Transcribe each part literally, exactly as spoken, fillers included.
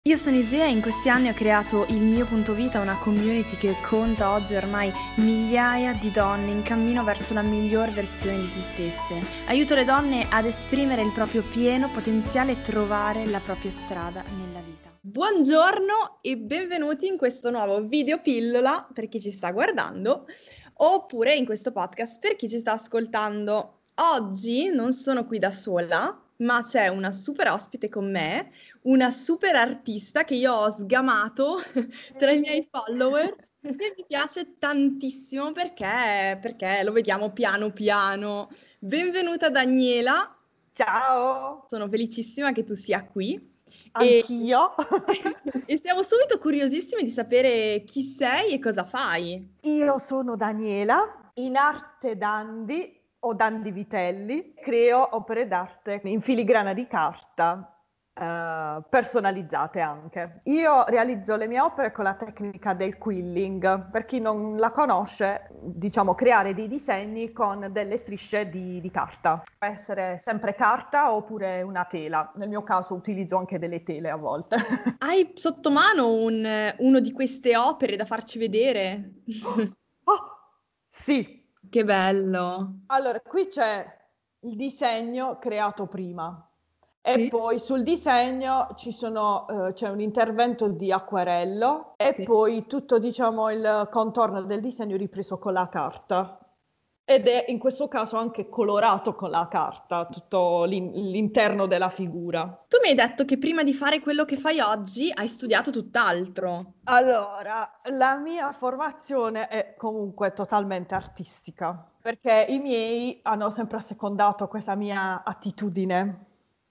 Io sono Isea e in questi anni ho creato il mio punto vita, una community che conta oggi ormai migliaia di donne in cammino verso la miglior versione di se stesse. Aiuto le donne ad esprimere il proprio pieno potenziale e trovare la propria strada nella vita. Buongiorno e benvenuti in questo nuovo video pillola per chi ci sta guardando oppure in questo podcast per chi ci sta ascoltando. Oggi non sono qui da sola, ma c'è una super ospite con me, una super artista che io ho sgamato tra i miei followers e mi piace tantissimo perché, perché lo vediamo piano piano. Benvenuta Daniela. Ciao! Sono felicissima che tu sia qui. Anch'io! E, e siamo subito curiosissimi di sapere chi sei e cosa fai. Io sono Daniela, in arte Dandi o Dandi Vitelli, creo opere d'arte in filigrana di carta, eh, personalizzate anche. Io realizzo le mie opere con la tecnica del quilling. Per chi non la conosce, diciamo creare dei disegni con delle strisce di, di carta. Può essere sempre carta oppure una tela. Nel mio caso utilizzo anche delle tele a volte. Hai sotto mano un, uno di queste opere da farci vedere? Oh, sì! Che bello! Allora, qui c'è il disegno creato prima e Sì, poi sul disegno ci sono, eh, c'è un intervento di acquerello e sì. poi tutto, diciamo, il contorno del disegno ripreso con la carta. Ed è in questo caso anche colorato con la carta, tutto l'in- l'interno della figura. Tu mi hai detto che prima di fare quello che fai oggi hai studiato tutt'altro. Allora, la mia formazione è comunque totalmente artistica, perché i miei hanno sempre assecondato questa mia attitudine.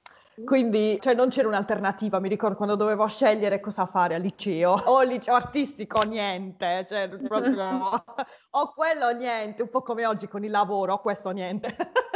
Quindi, cioè, non c'era un'alternativa, mi ricordo quando dovevo scegliere cosa fare al liceo. O il liceo artistico o niente, cioè, proprio, o quello o niente, un po' come oggi con il lavoro, o questo o niente.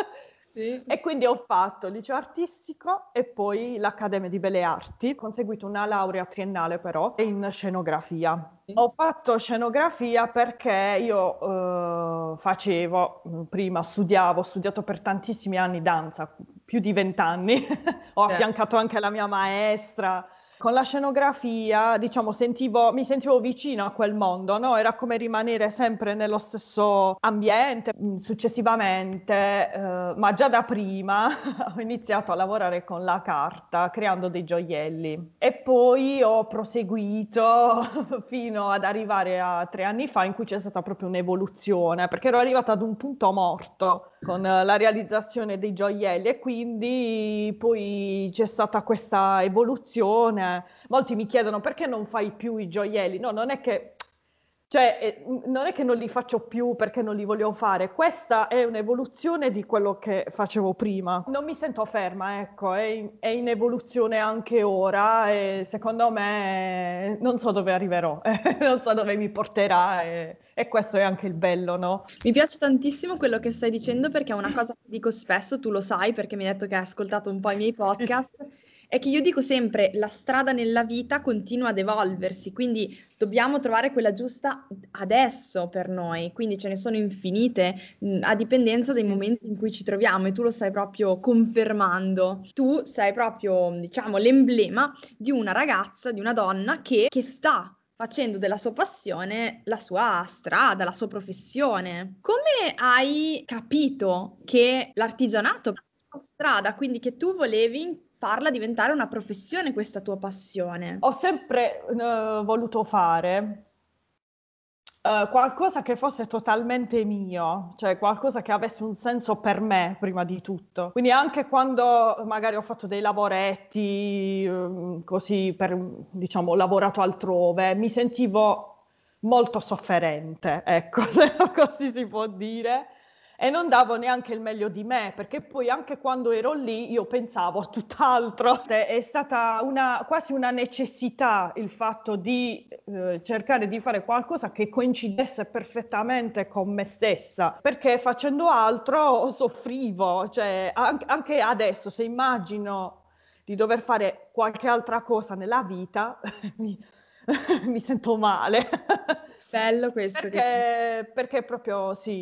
Sì. E quindi ho fatto il liceo artistico e poi l'Accademia di Belle Arti. Ho conseguito una laurea triennale però in scenografia. Ho fatto scenografia perché io eh, facevo, prima studiavo, ho studiato per tantissimi anni danza, più di vent'anni. Ho affiancato anche la mia maestra. Con la scenografia, diciamo, sentivo, mi sentivo vicino a quel mondo, no? Era come rimanere sempre nello stesso ambiente. Successivamente, eh, ma già da prima, ho iniziato a lavorare con la carta, creando dei gioielli. E poi ho proseguito fino ad arrivare a tre anni fa, in cui c'è stata proprio un'evoluzione, perché ero arrivata ad un punto morto con la realizzazione dei gioielli e quindi poi c'è stata questa evoluzione. Molti mi chiedono perché non fai più i gioielli? No, non è che, cioè, eh, non è che non li faccio più perché non li voglio fare, questa è un'evoluzione di quello che facevo prima. Non mi sento ferma, ecco, è in, è in evoluzione anche ora e secondo me non so dove arriverò, non so dove mi porterà e, e questo è anche il bello, no? Mi piace tantissimo quello che stai dicendo perché è una cosa che dico spesso, tu lo sai perché mi hai detto che hai ascoltato un po' i miei Sì, sì. podcast, è che io dico sempre la strada nella vita continua ad evolversi, quindi dobbiamo trovare quella giusta adesso per noi, quindi ce ne sono infinite mh, a dipendenza dei momenti in cui ci troviamo e tu lo stai proprio confermando. Tu sei proprio, diciamo, l'emblema di una ragazza, di una donna che, che sta facendo della sua passione la sua strada, la sua professione. Come hai capito che l'artigianato è la tua strada, quindi che tu volevi farla diventare una professione, questa tua passione? Ho sempre eh, voluto fare eh, qualcosa che fosse totalmente mio, cioè qualcosa che avesse un senso per me prima di tutto. Quindi anche quando magari ho fatto dei lavoretti, ehm, così per, diciamo, ho lavorato altrove, mi sentivo molto sofferente, ecco, se così si può dire. E non davo neanche il meglio di me, perché poi anche quando ero lì io pensavo a tutt'altro. È stata una, quasi una necessità il fatto di eh, cercare di fare qualcosa che coincidesse perfettamente con me stessa, perché facendo altro soffrivo, cioè an- anche adesso se immagino di dover fare qualche altra cosa nella vita, mi, mi sento male. Bello questo che... Perché, perché proprio sì.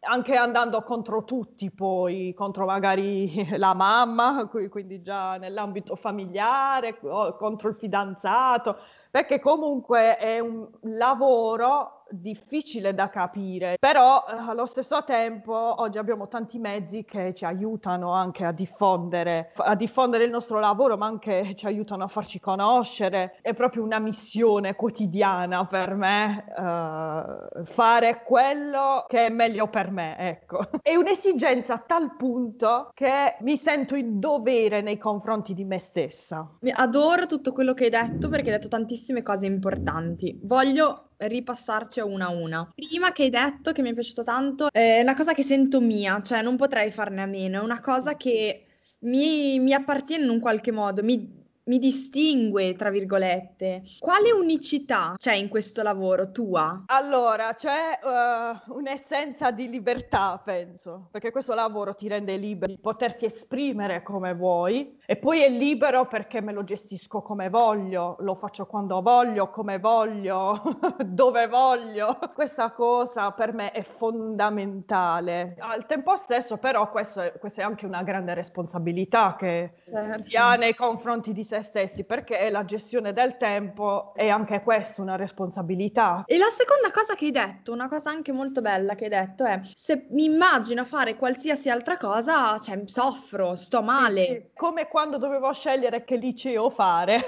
anche andando contro tutti poi, contro magari la mamma, quindi già nell'ambito familiare, contro il fidanzato, perché comunque è un lavoro difficile da capire, però eh, allo stesso tempo oggi abbiamo tanti mezzi che ci aiutano anche a diffondere, a diffondere il nostro lavoro, ma anche ci aiutano a farci conoscere. È proprio una missione quotidiana per me, eh, fare quello che è meglio per me, ecco. È un'esigenza a tal punto che mi sento in dovere nei confronti di me stessa. Mi- Adoro tutto quello che hai detto perché hai detto tantissime cose importanti. Voglio ripassarci a una a una. Prima che hai detto, che mi è piaciuto tanto, è una cosa che sento mia, cioè non potrei farne a meno, è una cosa che mi, mi appartiene in un qualche modo, mi, mi distingue, tra virgolette. Quale unicità c'è in questo lavoro tua? Allora, c'è uh, un'essenza di libertà, penso, perché questo lavoro ti rende libero di poterti esprimere come vuoi e poi è libero perché me lo gestisco come voglio, lo faccio quando voglio, come voglio, dove voglio. Questa cosa per me è fondamentale. Al tempo stesso, però, questo è, questa è anche una grande responsabilità che Certo. si ha nei confronti di se stessi, perché la gestione del tempo è anche questa una responsabilità. E la seconda cosa che hai detto, una cosa anche molto bella che hai detto è: se mi immagino fare qualsiasi altra cosa, cioè soffro, sto male. Sì, sì. Come quando dovevo scegliere che liceo fare.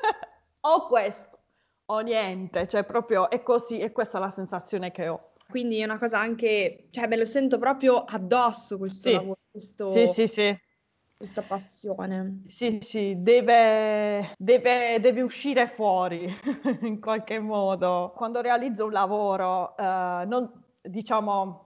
O questo o niente, cioè proprio è così, e questa è la sensazione che ho. Quindi è una cosa anche, cioè me lo sento proprio addosso questo Sì, lavoro, sì, questo- sì, sì. questa passione. Sì, sì, deve, deve, deve uscire fuori in qualche modo. Quando realizzo un lavoro, eh, non, diciamo,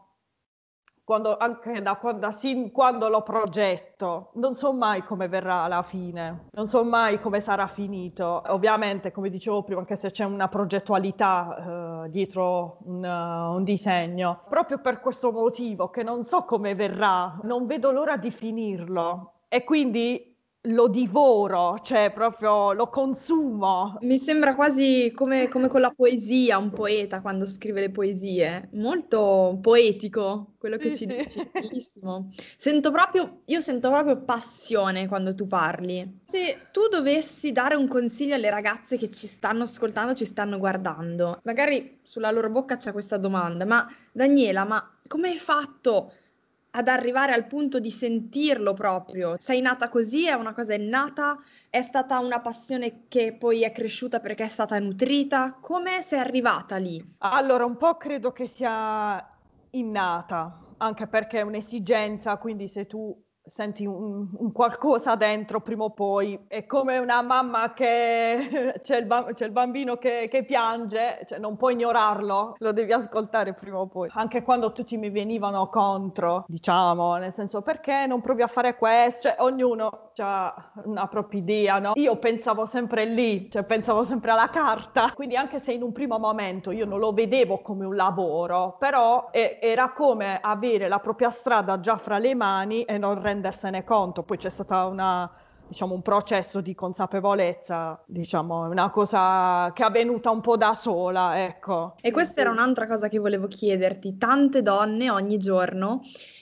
quando, anche da, quando, da sin quando lo progetto, non so mai come verrà alla fine, non so mai come sarà finito. Ovviamente, come dicevo prima, anche se c'è una progettualità eh, dietro un, uh, un disegno, proprio per questo motivo che non so come verrà, non vedo l'ora di finirlo e quindi lo divoro, cioè proprio lo consumo. Mi sembra quasi come, come con la poesia, un poeta quando scrive le poesie, molto poetico quello che Sì, ci sì. dici, bellissimo. Sento proprio, io sento proprio passione quando tu parli. Se tu dovessi dare un consiglio alle ragazze che ci stanno ascoltando, ci stanno guardando, magari sulla loro bocca c'è questa domanda: ma Daniela, ma come hai fatto ad arrivare al punto di sentirlo proprio? Sei nata così, è una cosa innata? È stata una passione che poi è cresciuta perché è stata nutrita? Come sei arrivata lì? Allora, un po' credo che sia innata, anche perché è un'esigenza, quindi se tu senti un, un qualcosa dentro, prima o poi, è come una mamma che c'è il, ba- c'è il bambino che, che piange, cioè non puoi ignorarlo, lo devi ascoltare prima o poi. Anche quando tutti mi venivano contro, diciamo, nel senso, perché non provi a fare questo? Cioè, ognuno ha una propria idea, no? Io pensavo sempre lì, cioè pensavo sempre alla carta, quindi anche se in un primo momento io non lo vedevo come un lavoro, però eh, era come avere la propria strada già fra le mani e non rendersene conto. Poi c'è stata una, diciamo, un processo di consapevolezza, diciamo, una cosa che è avvenuta un po' da sola, ecco. E questa era un'altra cosa che volevo chiederti. Tante donne ogni giorno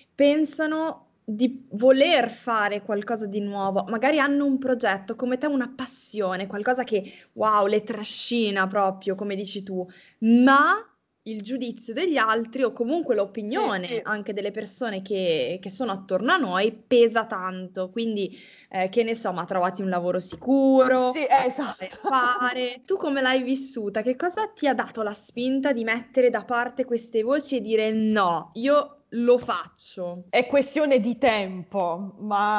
pensano di voler fare qualcosa di nuovo, magari hanno un progetto, come te una passione, qualcosa che, wow, le trascina proprio, come dici tu, ma il giudizio degli altri o comunque Sì, l'opinione sì. anche delle persone che, che sono attorno a noi pesa tanto. Quindi, eh, che ne so, ma trovati un lavoro sicuro, Sì, sai esatto. fare. Tu come l'hai vissuta? Che cosa ti ha dato la spinta di mettere da parte queste voci e dire no, io lo faccio? È questione di tempo,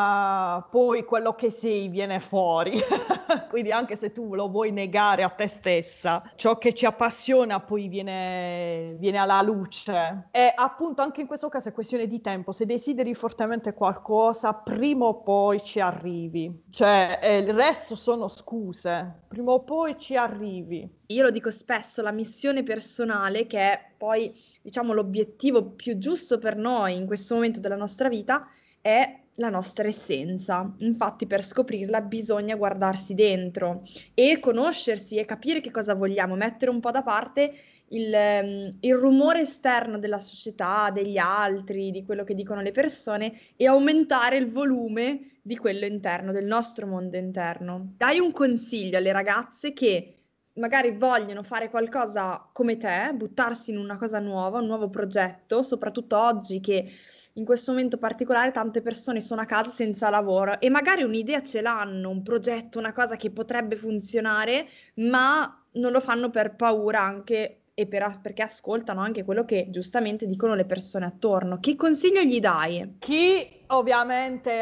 ma poi quello che sei viene fuori. Quindi anche se tu lo vuoi negare a te stessa, ciò che ci appassiona poi viene, viene alla luce. E appunto anche in questo caso è questione di tempo. Se desideri fortemente qualcosa, prima o poi ci arrivi. Cioè, eh, il resto sono scuse. Prima o poi ci arrivi. Io lo dico spesso, la missione personale, che è poi, diciamo, l'obiettivo più giusto per noi in questo momento della nostra vita, è la nostra essenza. Infatti, per scoprirla bisogna guardarsi dentro e conoscersi e capire che cosa vogliamo, mettere un po' da parte il, ehm, il rumore esterno della società, degli altri, di quello che dicono le persone e aumentare il volume di quello interno, del nostro mondo interno. Dai un consiglio alle ragazze che magari vogliono fare qualcosa come te, buttarsi in una cosa nuova, un nuovo progetto, soprattutto oggi che in questo momento particolare tante persone sono a casa senza lavoro e magari un'idea ce l'hanno, un progetto, una cosa che potrebbe funzionare, ma non lo fanno per paura anche e per- perché ascoltano anche quello che giustamente dicono le persone attorno. Che consiglio gli dai? Chi ovviamente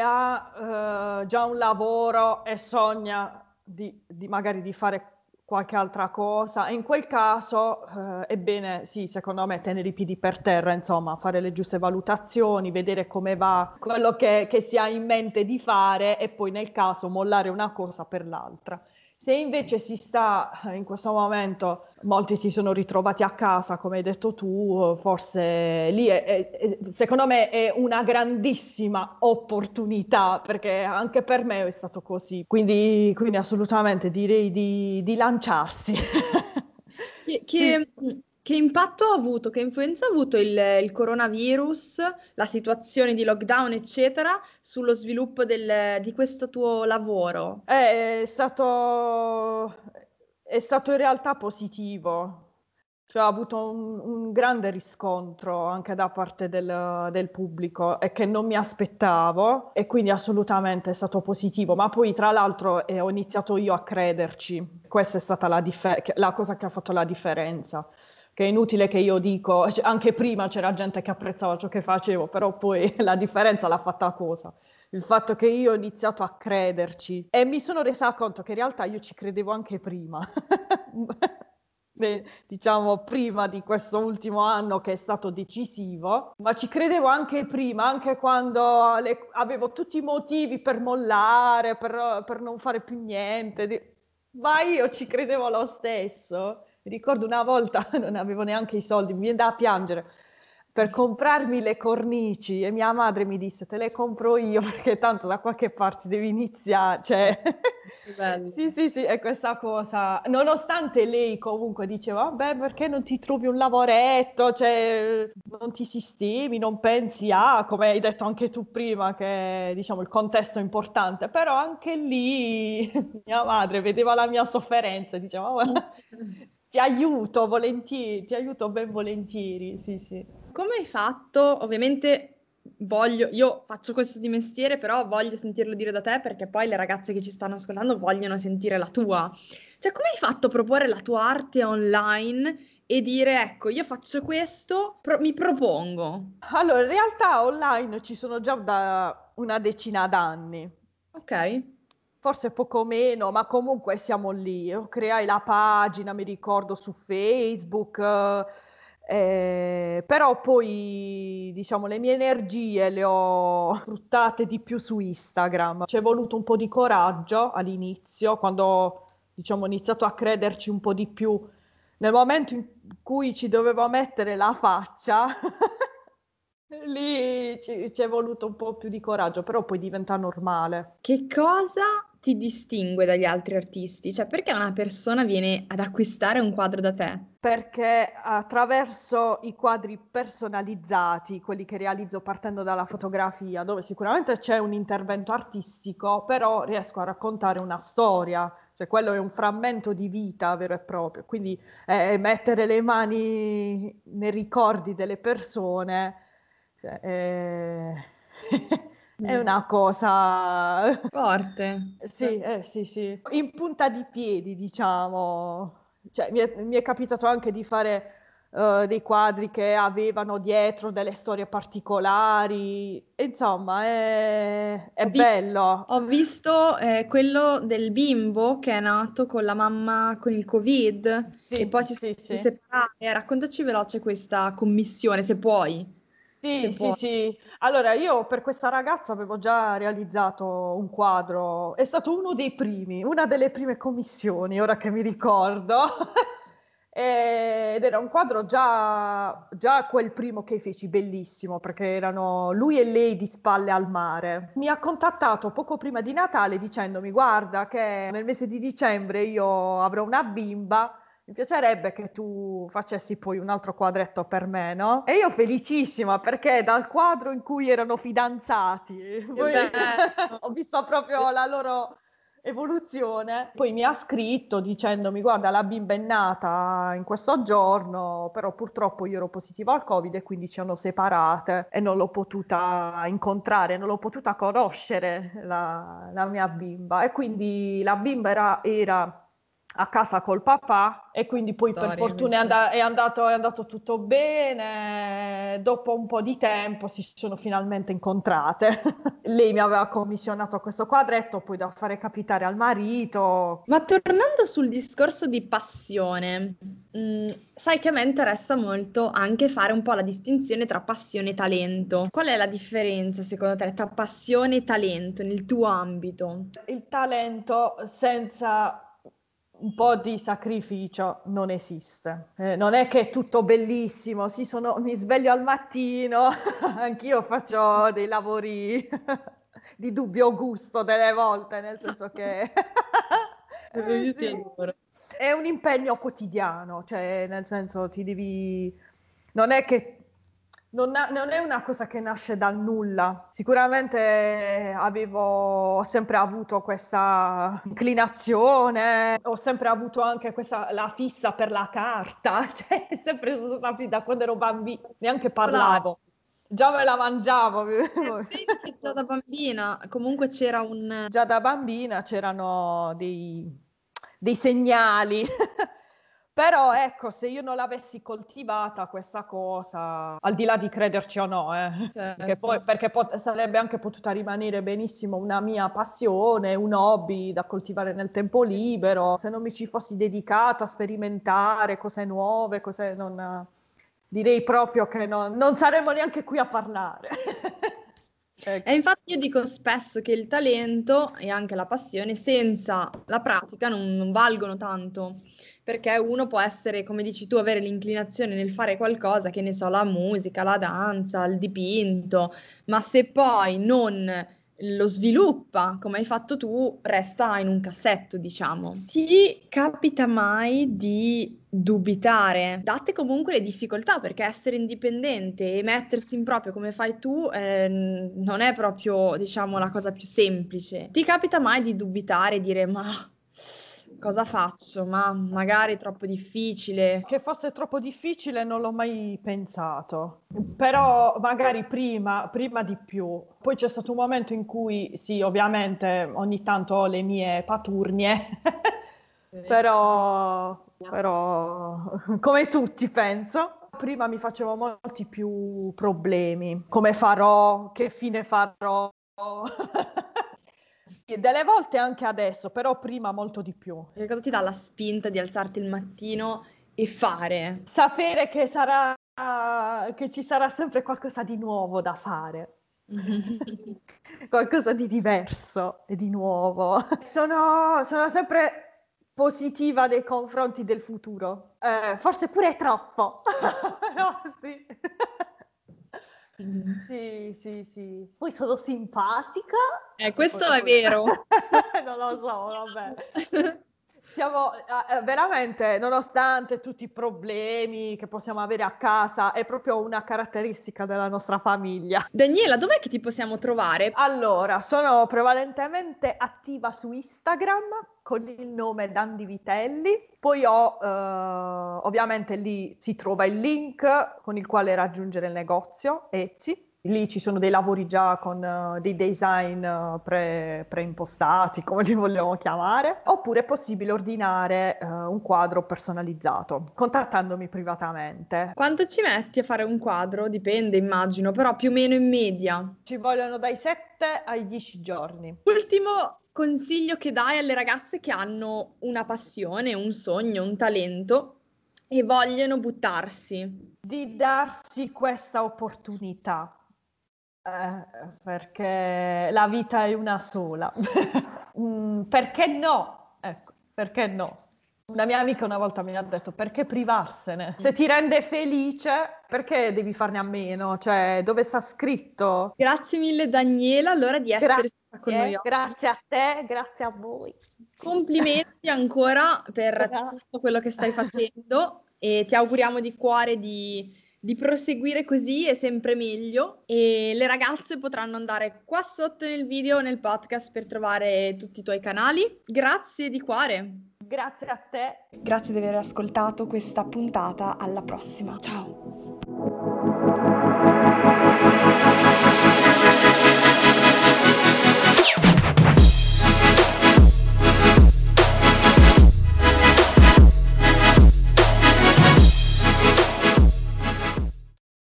ha eh, già un lavoro e sogna di, di magari di fare qualche altra cosa, in quel caso eh, è bene, sì, secondo me, tenere i piedi per terra, insomma, fare le giuste valutazioni, vedere come va quello che, che si ha in mente di fare e poi nel caso mollare una cosa per l'altra. Se invece si sta eh, in questo momento, molti si sono ritrovati a casa, come hai detto tu, forse lì è, è- è- secondo me è una grandissima opportunità, perché anche per me è stato così. Quindi, quindi assolutamente direi di, di lanciarsi. Che, Sì. che- che impatto ha avuto, che influenza ha avuto il, il coronavirus, la situazione di lockdown, eccetera, sullo sviluppo del- di questo tuo lavoro? È stato, è stato in realtà positivo, cioè ha avuto un, un grande riscontro anche da parte del, del pubblico e che non mi aspettavo e quindi assolutamente è stato positivo, ma poi tra l'altro eh, ho iniziato io a crederci, questa è stata la, differ- la cosa che ha fatto la differenza. Che è inutile che io dico, cioè, anche prima c'era gente che apprezzava ciò che facevo, però poi la differenza l'ha fatta cosa? Il fatto che io ho iniziato a crederci e mi sono resa conto che in realtà io ci credevo anche prima. Beh, diciamo prima di questo ultimo anno che è stato decisivo, ma ci credevo anche prima, anche quando le- avevo tutti i motivi per mollare, per, per non fare più niente, di- ma io ci credevo lo stesso. Mi ricordo una volta non avevo neanche i soldi, mi viene da piangere per comprarmi le cornici e mia madre mi disse te le compro io perché tanto da qualche parte devi iniziare, cioè Che bello. sì sì sì, è questa cosa, nonostante lei comunque diceva vabbè perché non ti trovi un lavoretto, cioè non ti sistemi, non pensi a, come hai detto anche tu prima che diciamo il contesto è importante, però anche lì mia madre vedeva la mia sofferenza e diceva "Guarda, ti aiuto volentieri, ti aiuto ben volentieri, sì sì. Come hai fatto? Ovviamente voglio, io faccio questo di mestiere, però voglio sentirlo dire da te perché poi le ragazze che ci stanno ascoltando vogliono sentire la tua. Cioè, come hai fatto a proporre la tua arte online e dire, ecco, io faccio questo, pro- mi propongo. Allora, in realtà online ci sono già da una decina d'anni, Ok? forse poco meno, ma comunque siamo lì. Io creai la pagina, mi ricordo, su Facebook, eh, eh, però poi, diciamo, le mie energie le ho fruttate di più su Instagram. Ci è voluto un po' di coraggio all'inizio, quando, diciamo, ho iniziato a crederci un po' di più. Nel momento in cui ci dovevo mettere la faccia, lì ci, ci è voluto un po' più di coraggio, però poi diventa normale. Che cosa ti distingue dagli altri artisti? Cioè, perché una persona viene ad acquistare un quadro da te? Perché attraverso i quadri personalizzati, quelli che realizzo partendo dalla fotografia, dove sicuramente c'è un intervento artistico, però riesco a raccontare una storia, cioè quello è un frammento di vita vero e proprio, quindi eh, mettere le mani nei ricordi delle persone, cioè, è... è Mm. una cosa... Forte. Sì, eh, sì, sì. In punta di piedi, diciamo. Cioè, mi è, mi è capitato anche di fare eh, dei quadri che avevano dietro delle storie particolari. E insomma, è, è Ho vis- bello. ho visto eh, quello del bimbo che è nato con la mamma con il Covid e Sì, poi si sono sì, dovuti sì. separare. Eh, Raccontaci veloce questa commissione, se puoi. Se Sì, sì, puoi. sì. Allora, io per questa ragazza avevo già realizzato un quadro, è stato uno dei primi, una delle prime commissioni, ora che mi ricordo. ed era un quadro già, già quel primo che feci bellissimo, perché erano lui e lei di spalle al mare. Mi ha contattato poco prima di Natale dicendomi: guarda che nel mese di dicembre io avrò una bimba, mi piacerebbe che tu facessi poi un altro quadretto per me, no? E io felicissima, perché dal quadro in cui erano fidanzati poi ho visto proprio la loro evoluzione. Poi mi ha scritto dicendomi: guarda, la bimba è nata in questo giorno, però purtroppo io ero positiva al Covid e quindi ci hanno separate e non l'ho potuta incontrare, non l'ho potuta conoscere la, la mia bimba. E quindi la bimba era, era a casa col papà e quindi poi per Storia fortuna è, questa. and- è andato, è andato tutto bene. Dopo un po' di tempo si sono finalmente incontrate. Lei mi aveva commissionato questo quadretto poi da fare capitare al marito. Ma tornando sul discorso di passione, mh, sai che a me interessa molto anche fare un po' la distinzione tra passione e talento. Qual è la differenza secondo te tra passione e talento nel tuo ambito? Il talento senza un po' di sacrificio non esiste. Eh, non è che è tutto bellissimo, sì, sono, mi sveglio al mattino, anch'io faccio dei lavori di dubbio gusto delle volte, nel senso che eh, Io ti sì, adoro. è un impegno quotidiano, cioè nel senso ti devi... Non è che non, na- non è una cosa che nasce dal nulla. Sicuramente avevo, ho sempre avuto questa inclinazione, ho sempre avuto anche questa, la fissa per la carta, cioè sempre sono stata fin da quando ero bambina, neanche Particolare. parlavo, già me la mangiavo. Eh, vedi che già da bambina comunque c'era un... Già da bambina c'erano dei, dei segnali. Però ecco, se io non l'avessi coltivata questa cosa, al di là di crederci o no, eh, perché poi, Certo. perché pot- sarebbe anche potuta rimanere benissimo una mia passione, un hobby da coltivare nel tempo libero, se non mi ci fossi dedicata a sperimentare cose nuove, cose non, direi proprio che non, non saremmo neanche qui a parlare. E Ecco. infatti io dico spesso che il talento e anche la passione senza la pratica non, non valgono tanto, perché uno può essere, come dici tu, avere l'inclinazione nel fare qualcosa, che ne so, la musica, la danza, il dipinto, ma se poi non lo sviluppa come hai fatto tu, resta in un cassetto, diciamo. Ti capita mai di dubitare, date comunque le difficoltà, perché essere indipendente e mettersi in proprio come fai tu eh, non è proprio, diciamo, la cosa più semplice. Ti capita mai di dubitare e dire, ma cosa faccio? Ma magari è troppo difficile. Che fosse troppo difficile non l'ho mai pensato, però magari prima, prima di più. Poi c'è stato un momento in cui, sì, ovviamente ogni tanto ho le mie paturnie, però, però come tutti penso. Prima mi facevo molti più problemi, come farò, che fine farò. E delle volte anche adesso, però prima molto di più. Che cosa ti dà la spinta di alzarti il mattino e fare? Sapere che sarà, che ci sarà sempre qualcosa di nuovo da fare, qualcosa di diverso e di nuovo. Sono, sono sempre positiva nei confronti del futuro. Eh, forse pure troppo. No, sì. Sì, sì, sì. Poi sono simpatica. Eh, E poi- questo è poi- vero. Non lo so, vabbè. Siamo eh, eh, veramente, nonostante tutti i problemi che possiamo avere a casa, è proprio una caratteristica della nostra famiglia. Daniela, dov'è che ti possiamo trovare? Allora, sono prevalentemente attiva su Instagram con il nome Dandi Vitelli, poi ho, eh, ovviamente lì si trova il link con il quale raggiungere il negozio Etsy. Lì ci sono dei lavori già con eh, dei design eh, pre- preimpostati, come li vogliamo chiamare, oppure è possibile ordinare eh, un quadro personalizzato contattandomi privatamente. Quanto ci metti a fare un quadro? Dipende, immagino, però più o meno in media. Ci vogliono dai sette ai dieci giorni. Ultimo consiglio che dai alle ragazze che hanno una passione, un sogno, un talento e vogliono buttarsi. Di darsi questa opportunità, eh, perché la vita è una sola. Mm, perché no? Ecco, perché no? Una mia amica una volta mi ha detto: perché privarsene? Se ti rende felice, perché devi farne a meno? Cioè, dove sta scritto? Grazie mille Daniela, allora di essere stata con noi Grazie, oggi. grazie a te, grazie a voi. Complimenti ancora per Grazie. tutto quello che stai facendo e ti auguriamo di cuore di, di proseguire così e sempre meglio. E le ragazze potranno andare qua sotto nel video o nel podcast per trovare tutti i tuoi canali. Grazie di cuore. Grazie a te. Grazie di aver ascoltato questa puntata, alla prossima. Ciao!